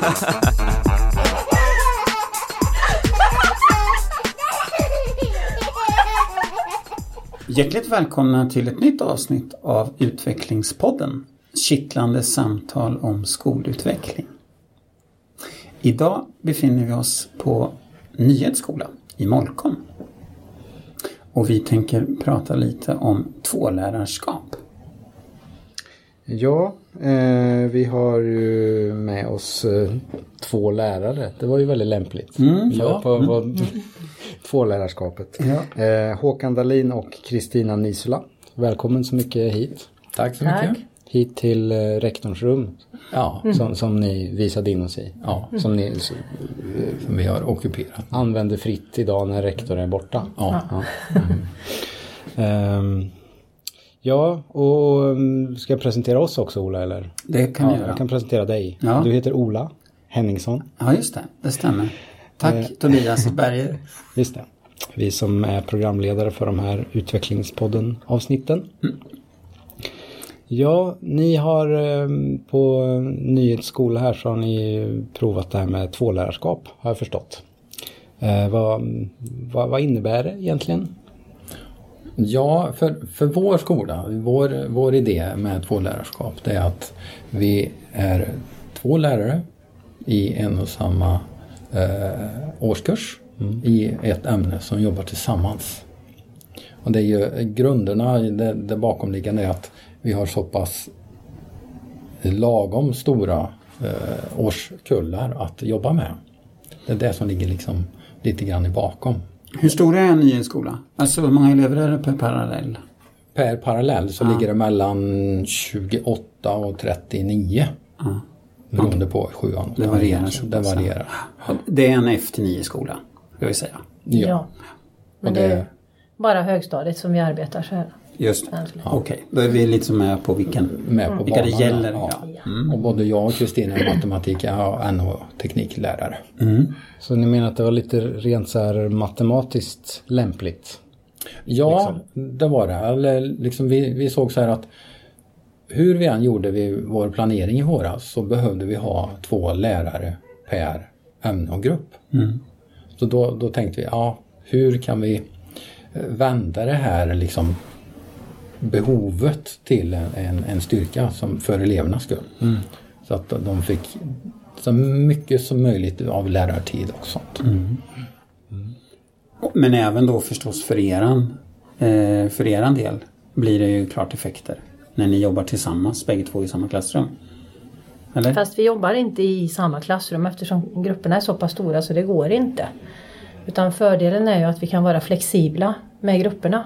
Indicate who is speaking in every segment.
Speaker 1: Hjärtligt välkomna till ett nytt avsnitt av Utvecklingspodden. Kittlande samtal om skolutveckling. Idag befinner vi oss på Nyhetsskola i Molkom. Och vi tänker prata lite om tvålärarskap.
Speaker 2: Ja, vi har ju med oss två lärare. Det var ju väldigt lämpligt på tvålärarskapet. Ja. Håkan Dahlin och Kristina Nisula. Välkommen så mycket hit.
Speaker 3: Tack så mycket.
Speaker 4: Tack.
Speaker 2: Hit till rektorns rum.
Speaker 3: Ja.
Speaker 2: Som ni visade in oss i.
Speaker 3: Ja.
Speaker 2: Som
Speaker 3: vi har ockuperat.
Speaker 2: Använder fritt idag när rektorn är borta.
Speaker 3: Ja.
Speaker 2: Ja, och ska jag presentera oss också, Ola, eller?
Speaker 1: Det kan jag göra.
Speaker 2: Jag kan presentera dig.
Speaker 1: Ja.
Speaker 2: Du heter Ola Henningsson.
Speaker 1: Ja, just det stämmer. Tack Tobias Berger.
Speaker 2: Just det. Vi som är programledare för de här utvecklingspodden-avsnitten. Mm. Ja, ni har på Nyhetsskola här så har ni provat det här med tvålärarskap, har jag förstått. Vad innebär det egentligen?
Speaker 3: Ja, för vår skola, vår idé med tvålärarskap, det är att vi är två lärare i en och samma årskurs i ett ämne som jobbar tillsammans. Och det är ju grunderna, det bakomliggande är att vi har så pass lagom stora årskullar att jobba med. Det är det som ligger liksom lite grann i bakom.
Speaker 1: Hur stor är en Nyhetsskola? Alltså hur många elever är det per parallell?
Speaker 3: Per parallell så ligger det mellan 28 och 39. Beroende på 7an.
Speaker 1: Det varierar.
Speaker 3: Det varierar.
Speaker 1: Det är en F-9-skola, ska vi säga.
Speaker 4: Ja. Men det är bara högstadiet som vi arbetar så här.
Speaker 1: Just det. Okej. Då är vi lite med på vilka det gäller.
Speaker 3: Ja. Och både jag och Kristina är matematik och NO-tekniklärare.
Speaker 2: Så ni menar att det var lite rent så här matematiskt lämpligt?
Speaker 3: Ja, det var det. Eller liksom vi såg så här att hur vi än gjorde vår planering i våras så behövde vi ha 2 lärare per ämne och grupp. Så då tänkte vi, hur kan vi vända det här liksom behovet till en styrka som för elevernas skull. Så att de fick så mycket som möjligt av lärartid och sånt.
Speaker 1: Men även då förstås för eran del blir det ju klart effekter när ni jobbar tillsammans, bägge två i samma klassrum. Eller?
Speaker 4: Fast vi jobbar inte i samma klassrum eftersom grupperna är så pass stora så det går inte. Utan fördelen är ju att vi kan vara flexibla med grupperna.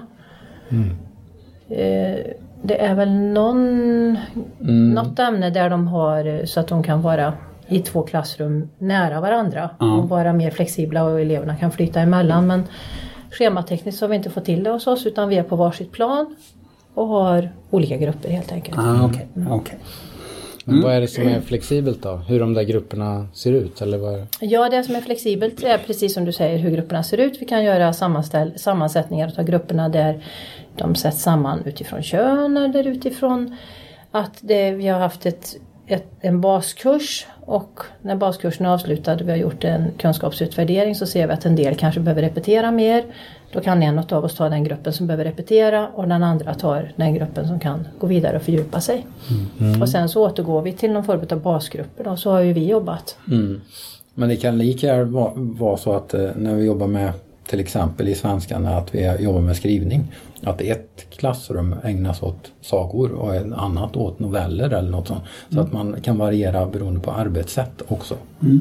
Speaker 4: Det är väl något ämne där de har så att de kan vara i 2 klassrum nära varandra och vara mer flexibla och eleverna kan flytta emellan. Men schematekniskt så har vi inte fått till det hos oss utan vi är på varsitt plan och har olika grupper helt enkelt.
Speaker 1: Okej.
Speaker 2: Vad är det som är flexibelt då? Hur de där grupperna ser ut? Eller vad?
Speaker 4: Ja, det som är flexibelt är precis som du säger hur grupperna ser ut. Vi kan göra sammansättningar av grupperna där de sätts samman utifrån kön eller utifrån att vi har haft en baskurs och när baskursen är avslutad och vi har gjort en kunskapsutvärdering så ser vi att en del kanske behöver repetera mer. Då kan en av oss ta den gruppen som behöver repetera och den andra tar den gruppen som kan gå vidare och fördjupa sig. Och sen så återgår vi till någon form av basgrupper och så har ju vi jobbat.
Speaker 3: Men det kan lika vara så att när vi jobbar med till exempel i svenskan att vi jobbar med skrivning att ett klassrum ägnas åt sagor och ett annat åt noveller eller något sånt. Så att man kan variera beroende på arbetssätt också.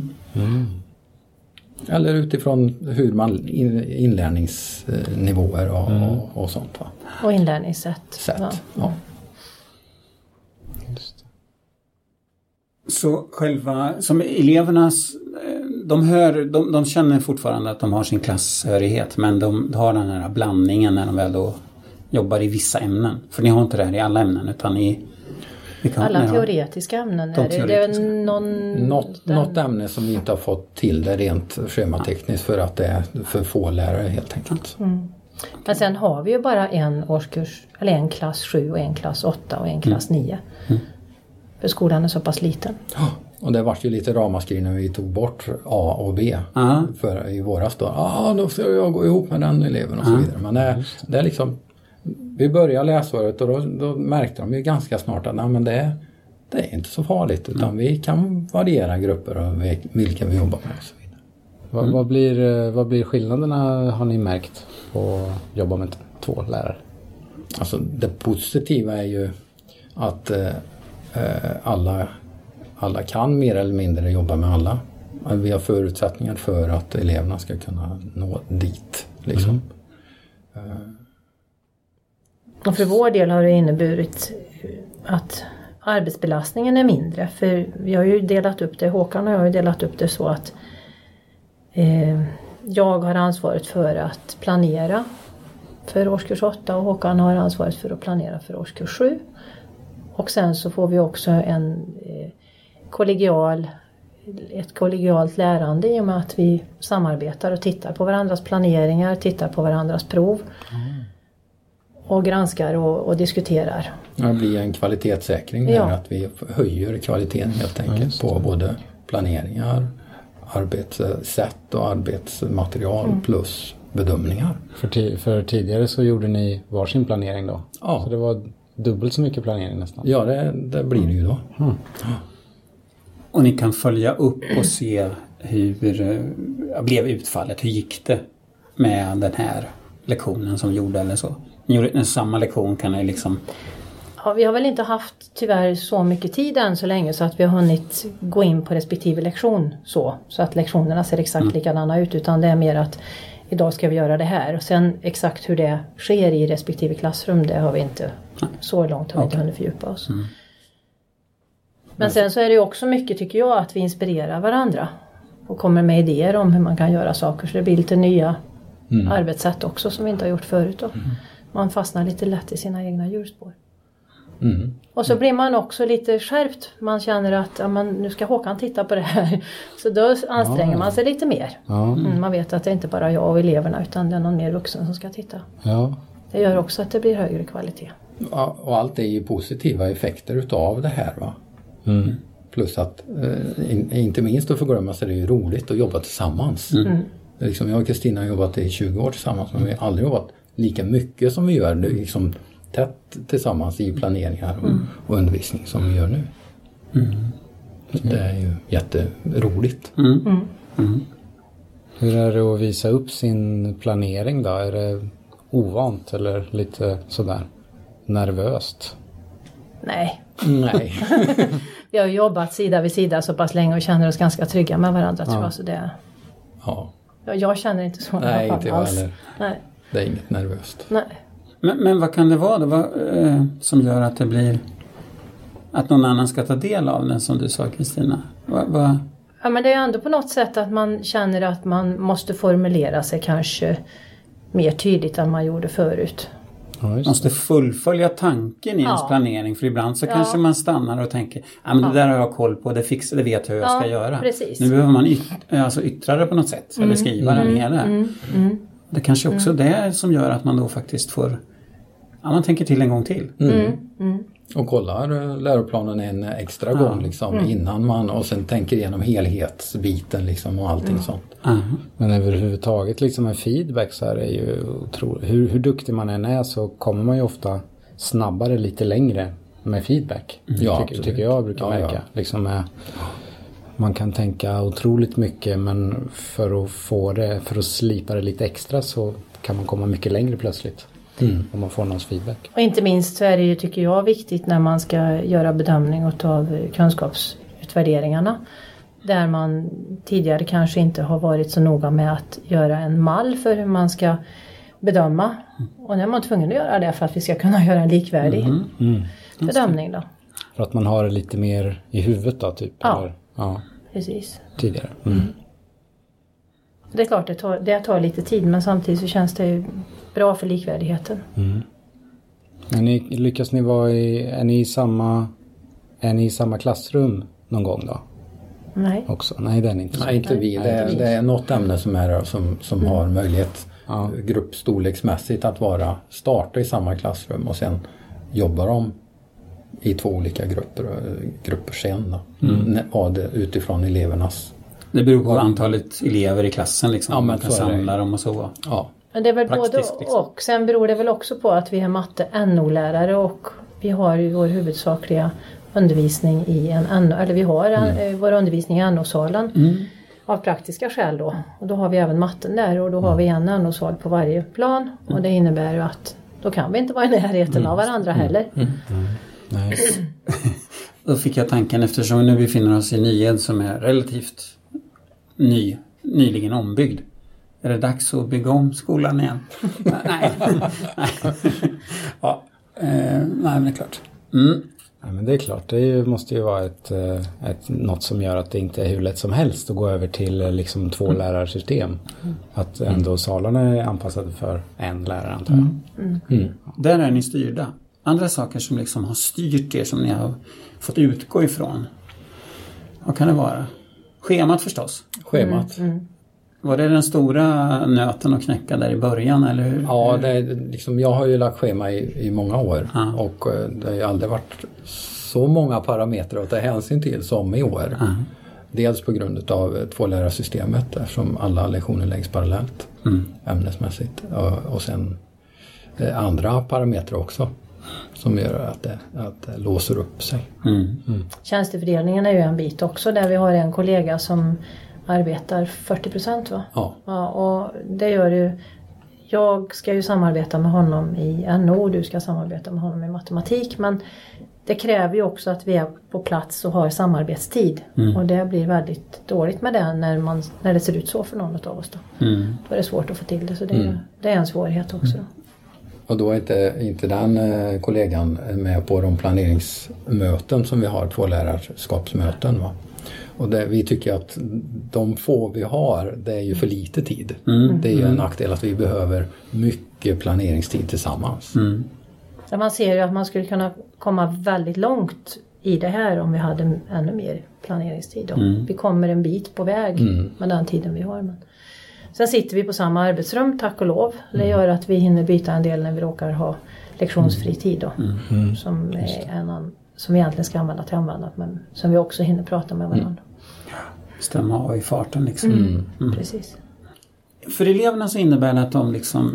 Speaker 3: Eller utifrån hur man inlärningsnivåer och sånt va.
Speaker 4: Och inlärningssätt.
Speaker 3: Ja.
Speaker 2: Just det.
Speaker 1: Så själva, som elevernas, de känner fortfarande att de har sin klasshörighet men de har den här blandningen när de väl då jobbar i vissa ämnen. För ni har inte det här i alla ämnen utan i
Speaker 4: alla teoretiska ämnen. Det är
Speaker 3: något ämne som vi inte har fått till det rent schematekniskt för att det är för få lärare helt enkelt.
Speaker 4: Men sen har vi ju bara en årskurs, eller en klass 7 och en klass 8 och en klass 9. För skolan är så pass liten.
Speaker 3: Och det var ju lite ramaskri när vi tog bort A och B för i våras då. Då ska jag gå ihop med den eleven och så vidare. Men det är liksom, vi började läsåret och då märkte de ju ganska snart att men det är inte så farligt utan vi kan variera grupper och vilka vi jobbar med och så vidare.
Speaker 2: Vad blir skillnaderna har ni märkt på att jobba med 2 lärare?
Speaker 3: Alltså det positiva är ju att alla kan mer eller mindre jobba med alla. Vi har förutsättningar för att eleverna ska kunna nå dit. Liksom.
Speaker 4: Och för vår del har det inneburit att arbetsbelastningen är mindre. För vi har ju delat upp det, Håkan och jag har ju delat upp det så att jag har ansvaret för att planera för årskurs 8 och Håkan har ansvaret för att planera för årskurs 7. Och sen så får vi också ett kollegialt lärande i och med att vi samarbetar och tittar på varandras planeringar, tittar på varandras prov och granskar och diskuterar.
Speaker 3: Det blir en kvalitetssäkring där att vi höjer kvaliteten helt enkelt på både planeringar, arbetssätt och arbetsmaterial plus bedömningar.
Speaker 2: För tidigare så gjorde ni varsin planering då? Ja. Så det var dubbelt så mycket planering nästan?
Speaker 3: Ja, det blir det ju då.
Speaker 1: Och ni kan följa upp och se hur blev utfallet, hur gick det med den här lektionen som gjorde eller så? Ni gjorde en samma lektion kan ni liksom...
Speaker 4: Ja, vi har väl inte haft tyvärr så mycket tid än så länge så att vi har hunnit gå in på respektive lektion så att lektionerna ser exakt likadana ut utan det är mer att idag ska vi göra det här och sen exakt hur det sker i respektive klassrum det har vi inte så långt har vi inte hunnit fördjupa oss. Men sen så är det ju också mycket tycker jag att vi inspirerar varandra och kommer med idéer om hur man kan göra saker så det blir lite nya arbetssätt också som vi inte har gjort förut då. Man fastnar lite lätt i sina egna hjulspår. Och så blir man också lite skärpt. Man känner att nu ska Håkan titta på det här. Så då anstränger man sig lite mer. Man vet att det är inte bara jag och eleverna utan det är någon mer vuxen som ska titta. Ja. Det gör också att det blir högre kvalitet.
Speaker 3: Ja, och allt är ju positiva effekter utav det här va? Plus att inte minst att förglömma så är det ju roligt att jobba tillsammans. Liksom, jag och Kristina har jobbat i 20 år tillsammans men vi har aldrig jobbat lika mycket som vi gör nu. Liksom, tätt tillsammans i planeringar och undervisning som vi gör nu. Det är ju jätteroligt.
Speaker 2: Hur är det att visa upp sin planering då? Är det ovant eller lite sådär nervöst?
Speaker 4: Nej.
Speaker 3: Vi
Speaker 4: har jobbat sida vid sida så pass länge och känner oss ganska trygga med varandra tror jag. Så det... Jag känner inte så.
Speaker 3: Nej, inte jag heller. Nej. Det är inget nervöst.
Speaker 4: Nej.
Speaker 1: Men vad kan det vara då som gör att det blir att någon annan ska ta del av den som du sa Kristina?
Speaker 4: Ja men det är ändå på något sätt att man känner att man måste formulera sig kanske mer tydligt än man gjorde förut.
Speaker 1: Man måste fullfölja tanken i ens planering för ibland så kanske man stannar och tänker men det där har jag koll på, det vet jag hur jag ska göra.
Speaker 4: Precis.
Speaker 1: Nu behöver man yttra det på något sätt eller skriva det ner där. Det kanske också det som gör att man då faktiskt får man tänker till en gång till.
Speaker 3: Och kollar läroplanen en extra gång liksom, innan man och sen tänker igenom helhetsbiten liksom, och allting sånt.
Speaker 2: Men överhuvudtaget liksom med feedback så är det ju otroligt. Hur duktig man än är så kommer man ju ofta snabbare lite längre med feedback. Tycker jag brukar märka. Liksom man kan tänka otroligt mycket men för att slipa det lite extra så kan man komma mycket längre plötsligt. Om man får någons feedback.
Speaker 4: Och inte minst så är det ju tycker jag viktigt när man ska göra bedömning av kunskapsutvärderingarna. Där man tidigare kanske inte har varit så noga med att göra en mall för hur man ska bedöma. Och nu är man tvungen att göra det för att vi ska kunna göra en likvärdig bedömning då.
Speaker 2: För att man har det lite mer i huvudet då typ?
Speaker 4: Ja,
Speaker 2: eller? Ja.
Speaker 4: Precis.
Speaker 2: Tidigare.
Speaker 4: Det är klart det tar lite tid men samtidigt så känns det ju bra för likvärdigheten.
Speaker 2: Men lyckas ni vara är ni i samma klassrum någon gång då?
Speaker 4: Nej.
Speaker 2: Också? Nej, det är inte.
Speaker 3: Nej, inte vi. Det är något ämne som är som har möjlighet gruppstorleksmässigt att starta i samma klassrum och sen jobbar de i 2 olika grupper sen då. Utifrån elevernas.
Speaker 1: Det beror på antalet elever i klassen liksom.
Speaker 3: Ja, men
Speaker 1: man kan samla dem och så.
Speaker 3: Ja.
Speaker 4: Men det är väl både
Speaker 1: liksom.
Speaker 4: och. Sen beror det väl också på att vi är matte-NO-lärare och vi har ju vår huvudsakliga undervisning i vår undervisning i NO-salen. Av praktiska skäl då. Och då har vi även matten där och då har vi en NO-sal på varje plan. Och det innebär ju att då kan vi inte vara i närheten av varandra heller.
Speaker 3: Nej.
Speaker 1: Då fick jag tanken, eftersom vi nu befinner oss i Nyed som är relativt nyligen ombyggd. Är det dags att bygga om skolan igen? Nej. Ja, nej, men det är klart.
Speaker 2: Ja, men det är klart, det måste ju vara något som gör att det inte är hur lätt som helst att gå över till liksom 2 lärarsystem. Att ändå salarna är anpassade för en lärare, antar jag.
Speaker 1: Där är ni styrda. Andra saker som liksom har styrt er, som ni har fått utgå ifrån. Vad kan det vara? Schemat förstås.
Speaker 3: Schemat.
Speaker 1: Var det den stora nöten att knäcka där i början, eller hur?
Speaker 3: Ja, det är liksom, jag har ju lagt schema i många år. Och det har ju aldrig varit så många parametrar att ta hänsyn till som i år. Dels på grund av 2-lärarsystemet, eftersom alla lektioner läggs parallellt ämnesmässigt. Och sen andra parametrar också som gör att det låser upp sig.
Speaker 4: Tjänstefördelningen är ju en bit också, där vi har en kollega som arbetar 40%, va? Ja, och det gör ju, jag ska ju samarbeta med honom i NO, du ska samarbeta med honom i matematik, men det kräver ju också att vi är på plats och har samarbetstid. Och det blir väldigt dåligt med det när det ser ut så för någon av oss då. Då är det svårt att få till det, så det är en svårighet också då.
Speaker 3: Och då är inte den kollegan med på de planeringsmöten som vi har, 2-lärarskapsmöten, va? Och vi tycker att de få vi har, det är ju för lite tid. Det är ju en nackdel att vi behöver mycket planeringstid tillsammans.
Speaker 4: Så man ser ju att man skulle kunna komma väldigt långt i det här om vi hade ännu mer planeringstid då. Vi kommer en bit på väg med den tiden vi har. Men sen sitter vi på samma arbetsrum, tack och lov. Det gör att vi hinner byta en del när vi råkar ha lektionsfri tid då. Som vi egentligen ska använda till användandet, men som vi också hinner prata med varandra.
Speaker 1: Stämma av i farten liksom.
Speaker 4: Precis.
Speaker 1: För eleverna så innebär det att de liksom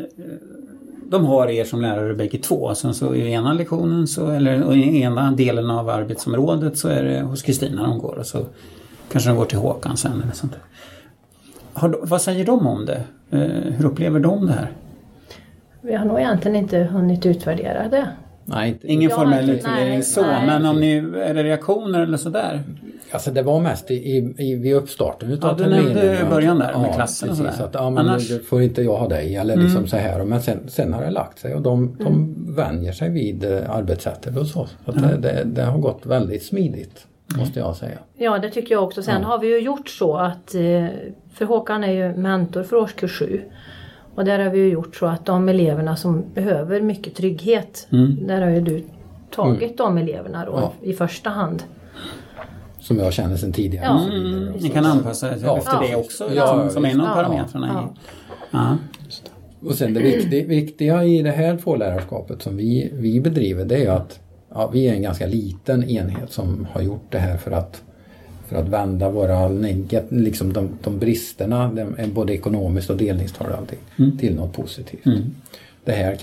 Speaker 1: de har er som lärare bägge två. Sen så i ena lektionen eller i ena delen av arbetsområdet så är det hos Kristina de går, och så kanske de går till Håkan sen eller sånt där. Vad säger de om det? Hur upplever de det här? Vi
Speaker 4: har nog egentligen inte hunnit utvärdera det.
Speaker 3: Nej,
Speaker 1: ingen formell utvärdering men om ni, är det reaktioner eller sådär?
Speaker 3: Alltså det var mest vid uppstarten utav
Speaker 1: terminen. Ja, du nämnde början där med klassen och sådär.
Speaker 3: Att, men annars får inte jag ha dig eller liksom så här. Men sen har det lagt sig och de vänjer sig vid arbetssättet och så. Så att det har gått väldigt smidigt, måste jag säga.
Speaker 4: Ja, det tycker jag också. Sen har vi ju gjort så att, för Håkan är ju mentor för årskurs 7. Och där har vi ju gjort så att de eleverna som behöver mycket trygghet, där har ju du tagit de eleverna då i första hand.
Speaker 3: Som jag känner sedan tidigare.
Speaker 4: Ja.
Speaker 1: Ni kan anpassa efter det också, som en av parametrarna. Ja.
Speaker 3: Och sen det viktiga i det här 2-lärarskapet som vi bedriver, det är att vi är en ganska liten enhet som har gjort det här för att vända våra liksom de bristerna, både ekonomiskt och delningstal och allting, till något positivt. Det här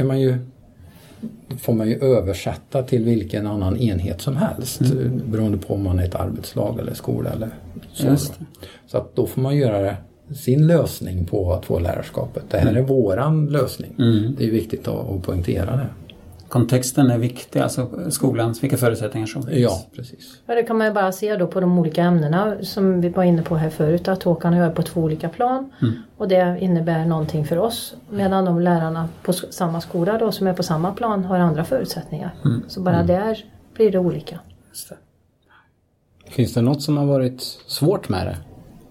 Speaker 3: får man ju översätta till vilken annan enhet som helst, beroende på om man är ett arbetslag eller skola eller så. Så att då får man göra sin lösning på 2-lärarskapet. Det här är våran lösning. Det är viktigt att poängtera det.
Speaker 1: Kontexten är viktig, alltså skolans, vilka förutsättningar som finns.
Speaker 3: Ja, precis.
Speaker 4: Ja, det kan man ju bara se då på de olika ämnena som vi var inne på här förut, att Håkan gör på 2 olika plan. Och det innebär någonting för oss, medan de lärarna på samma skola då, som är på samma plan har andra förutsättningar. Så bara där blir det olika.
Speaker 1: Just det.
Speaker 2: Finns det något som har varit svårt med det?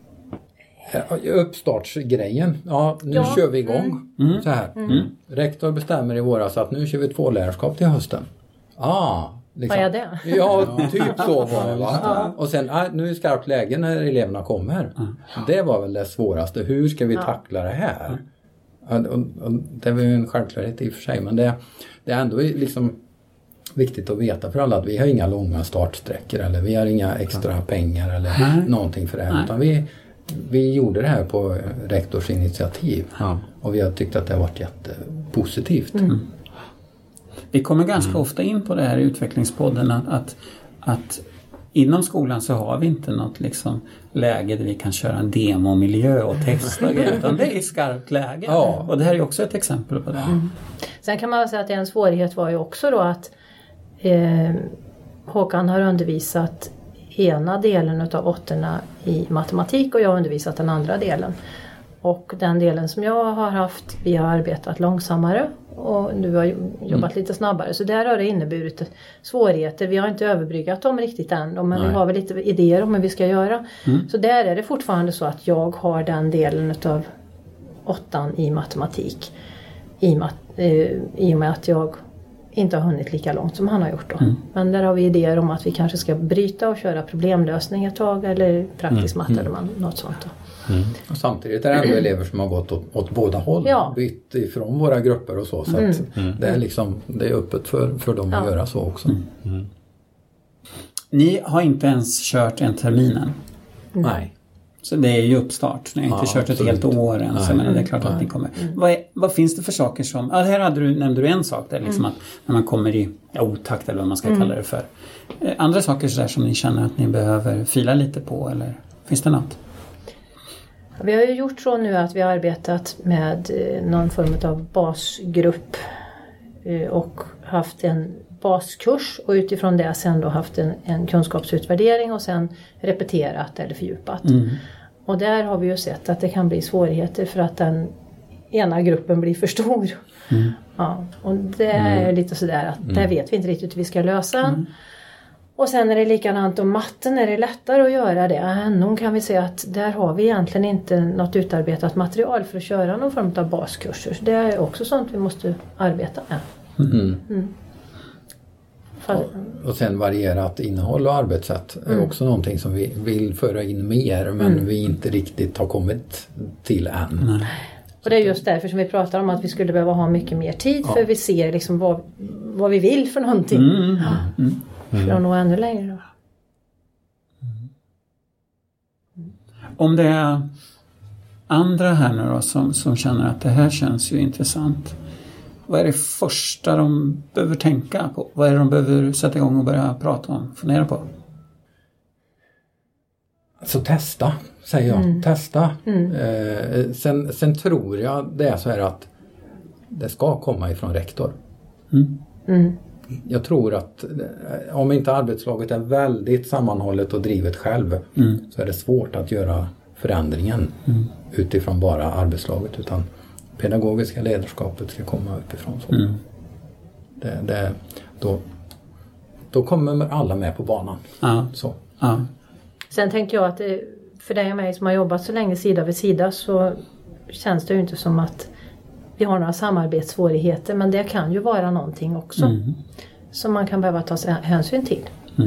Speaker 3: Uppstartsgrejen. Nu kör vi igång. Så här. Rektor bestämmer i våras att nu kör vi 2-lärarskap till hösten.
Speaker 4: Liksom. Vad är det?
Speaker 3: Ja, typ så var det, va? Och sen, nu är det skarpt läge när eleverna kommer. Det var väl det svåraste. Hur ska vi tackla det här? Och det var ju en självklarhet i och för sig. Men det är ändå liksom viktigt att veta för alla att vi har inga långa startsträckor eller vi har inga extra pengar eller någonting för det här. Utan vi gjorde det här på rektors initiativ och vi har tyckt att det har varit jättepositivt.
Speaker 1: Vi kommer ganska ofta in på det här i utvecklingspodden att inom skolan så har vi inte något liksom läge där vi kan köra en demomiljö och testa utan det är skarpt läge. Ja. Och det här är också ett exempel på det.
Speaker 4: Sen kan man säga att en svårighet var ju också då att Håkan har undervisat ena delen av 8:orna i matematik och jag har undervisat den andra delen. Och den delen som jag har haft, vi har arbetat långsammare och du har jobbat lite snabbare. Så där har det inneburit svårigheter. Vi har inte överbryggat dem riktigt än. Men vi har väl lite idéer om hur vi ska göra. Så där är det fortfarande så att jag har den delen av 8:an i matematik. I och med att jag inte har hunnit lika långt som han har gjort då. Men där har vi idéer om att vi kanske ska bryta och köra problemlösning ett tag eller praktisk matte eller något sånt då.
Speaker 3: Och samtidigt är det ändå elever som har gått åt båda håll. Bytt ifrån våra grupper och så. Så att det är liksom, det är öppet för dem att göra så också.
Speaker 1: Ni har inte ens kört en terminen.
Speaker 3: Nej.
Speaker 1: Så det är ju uppstart. Ni har inte kört ett helt år än. Så men det är klart att ni kommer. Vad finns det för saker som... här nämnde du en sak där. Liksom att när man kommer i otakt eller vad man ska kalla det för. Andra saker så där som ni känner att ni behöver fila lite på. Eller finns det något?
Speaker 4: Vi har ju gjort så nu att vi har arbetat med någon form av basgrupp. Och haft en baskurs. Och utifrån det sen då haft en kunskapsutvärdering. Och sen repeterat eller fördjupat. Och där har vi ju sett att det kan bli svårigheter för att den ena gruppen blir för stor. Ja, och det är lite sådär att där vet vi inte riktigt hur vi ska lösa. Och sen är det likadant om matten är det lättare att göra det. Någon kan vi säga att där har vi egentligen inte något utarbetat material för att köra någon form av baskurser. Så det är också sånt vi måste arbeta med.
Speaker 3: Och sen varierat innehåll och arbetssätt är också någonting som vi vill föra in mer men vi inte riktigt har kommit till än.
Speaker 4: Och det är just därför som vi pratar om att vi skulle behöva ha mycket mer tid för vi ser liksom vad vi vill för någonting. För att nå ännu längre då.
Speaker 1: Om det är andra här nu då som känner att det här känns ju intressant. Vad är det första de behöver tänka på? Vad är det de behöver sätta igång och börja prata om? Fundera på?
Speaker 3: Så testa, säger jag. Testa. Sen tror jag det är så här att det ska komma ifrån rektor. Jag tror att om inte arbetslaget är väldigt sammanhållet och drivet själv så är det svårt att göra förändringen utifrån bara arbetslaget utan pedagogiska ledarskapet ska komma uppifrån. Så. Då kommer alla med på banan. Så.
Speaker 4: Sen tänker jag att för dig och mig som har jobbat så länge sida vid sida så känns det ju inte som att vi har några samarbetssvårigheter men det kan ju vara någonting också som man kan behöva ta hänsyn till.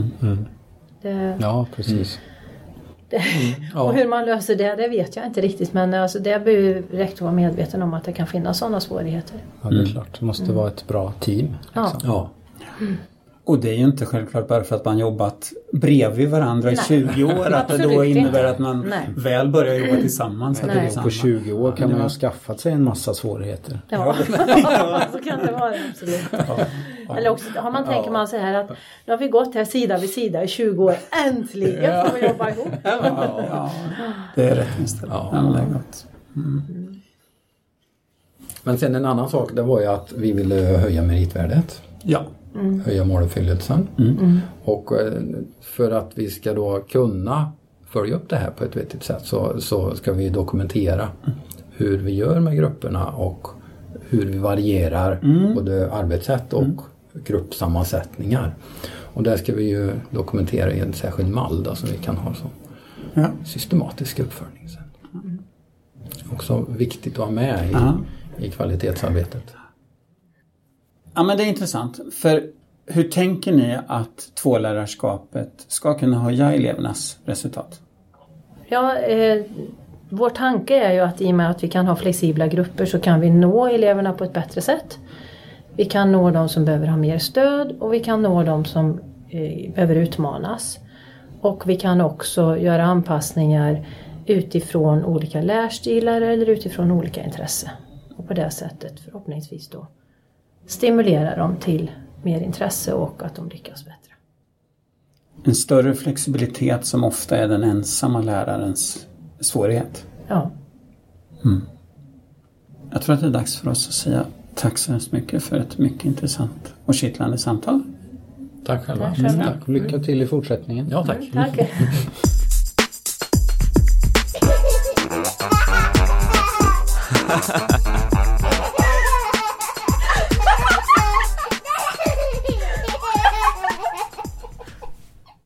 Speaker 2: Ja, precis.
Speaker 4: Och hur man löser det vet jag inte riktigt men alltså, det bör ju rektor vara medveten om att det kan finnas sådana svårigheter.
Speaker 2: Ja, det är klart. Det måste vara ett bra team. Liksom.
Speaker 1: Och det är ju inte självklart bara för att man jobbat bredvid varandra i 20 år att det då innebär att man väl börjar jobba tillsammans.
Speaker 2: På 20 år kan man ha skaffat sig en massa svårigheter.
Speaker 4: Ja, så kan det vara absolut. Eller också har man tänker man så här att nu har vi gått här sida vid sida i 20 år. Äntligen får vi jobba ihop.
Speaker 1: Det är rätt inställt. Det är gott.
Speaker 3: Men sen en annan sak det var ju att vi ville höja meritvärdet. Höja måluppfyllelsen. Och för att vi ska då kunna följa upp det här på ett vettigt sätt så ska vi dokumentera hur vi gör med grupperna och hur vi varierar både arbetssätt och gruppsammansättningar. Och där ska vi ju dokumentera i en särskild mall då, så vi kan ha så systematisk uppföljning sen. Också viktigt att ha med i kvalitetsarbetet.
Speaker 1: Ja, men det är intressant. För hur tänker ni att tvålärarskapet ska kunna höja elevernas resultat?
Speaker 4: Ja, vår tanke är ju att i och med att vi kan ha flexibla grupper så kan vi nå eleverna på ett bättre sätt. Vi kan nå de som behöver ha mer stöd och vi kan nå de som behöver utmanas. Och vi kan också göra anpassningar utifrån olika lärstilar eller utifrån olika intressen. Och på det sättet förhoppningsvis då stimulera dem till mer intresse och att de lyckas bättre.
Speaker 1: En större flexibilitet som ofta är den ensamma lärarens svårighet.
Speaker 4: Ja.
Speaker 1: Jag tror att det är dags för oss att säga tack så hemskt mycket för ett mycket intressant och kittlande samtal.
Speaker 3: Tack själva.
Speaker 4: Tack själva.
Speaker 2: Tack. Lycka till i fortsättningen.
Speaker 3: Ja, tack.
Speaker 4: Tack.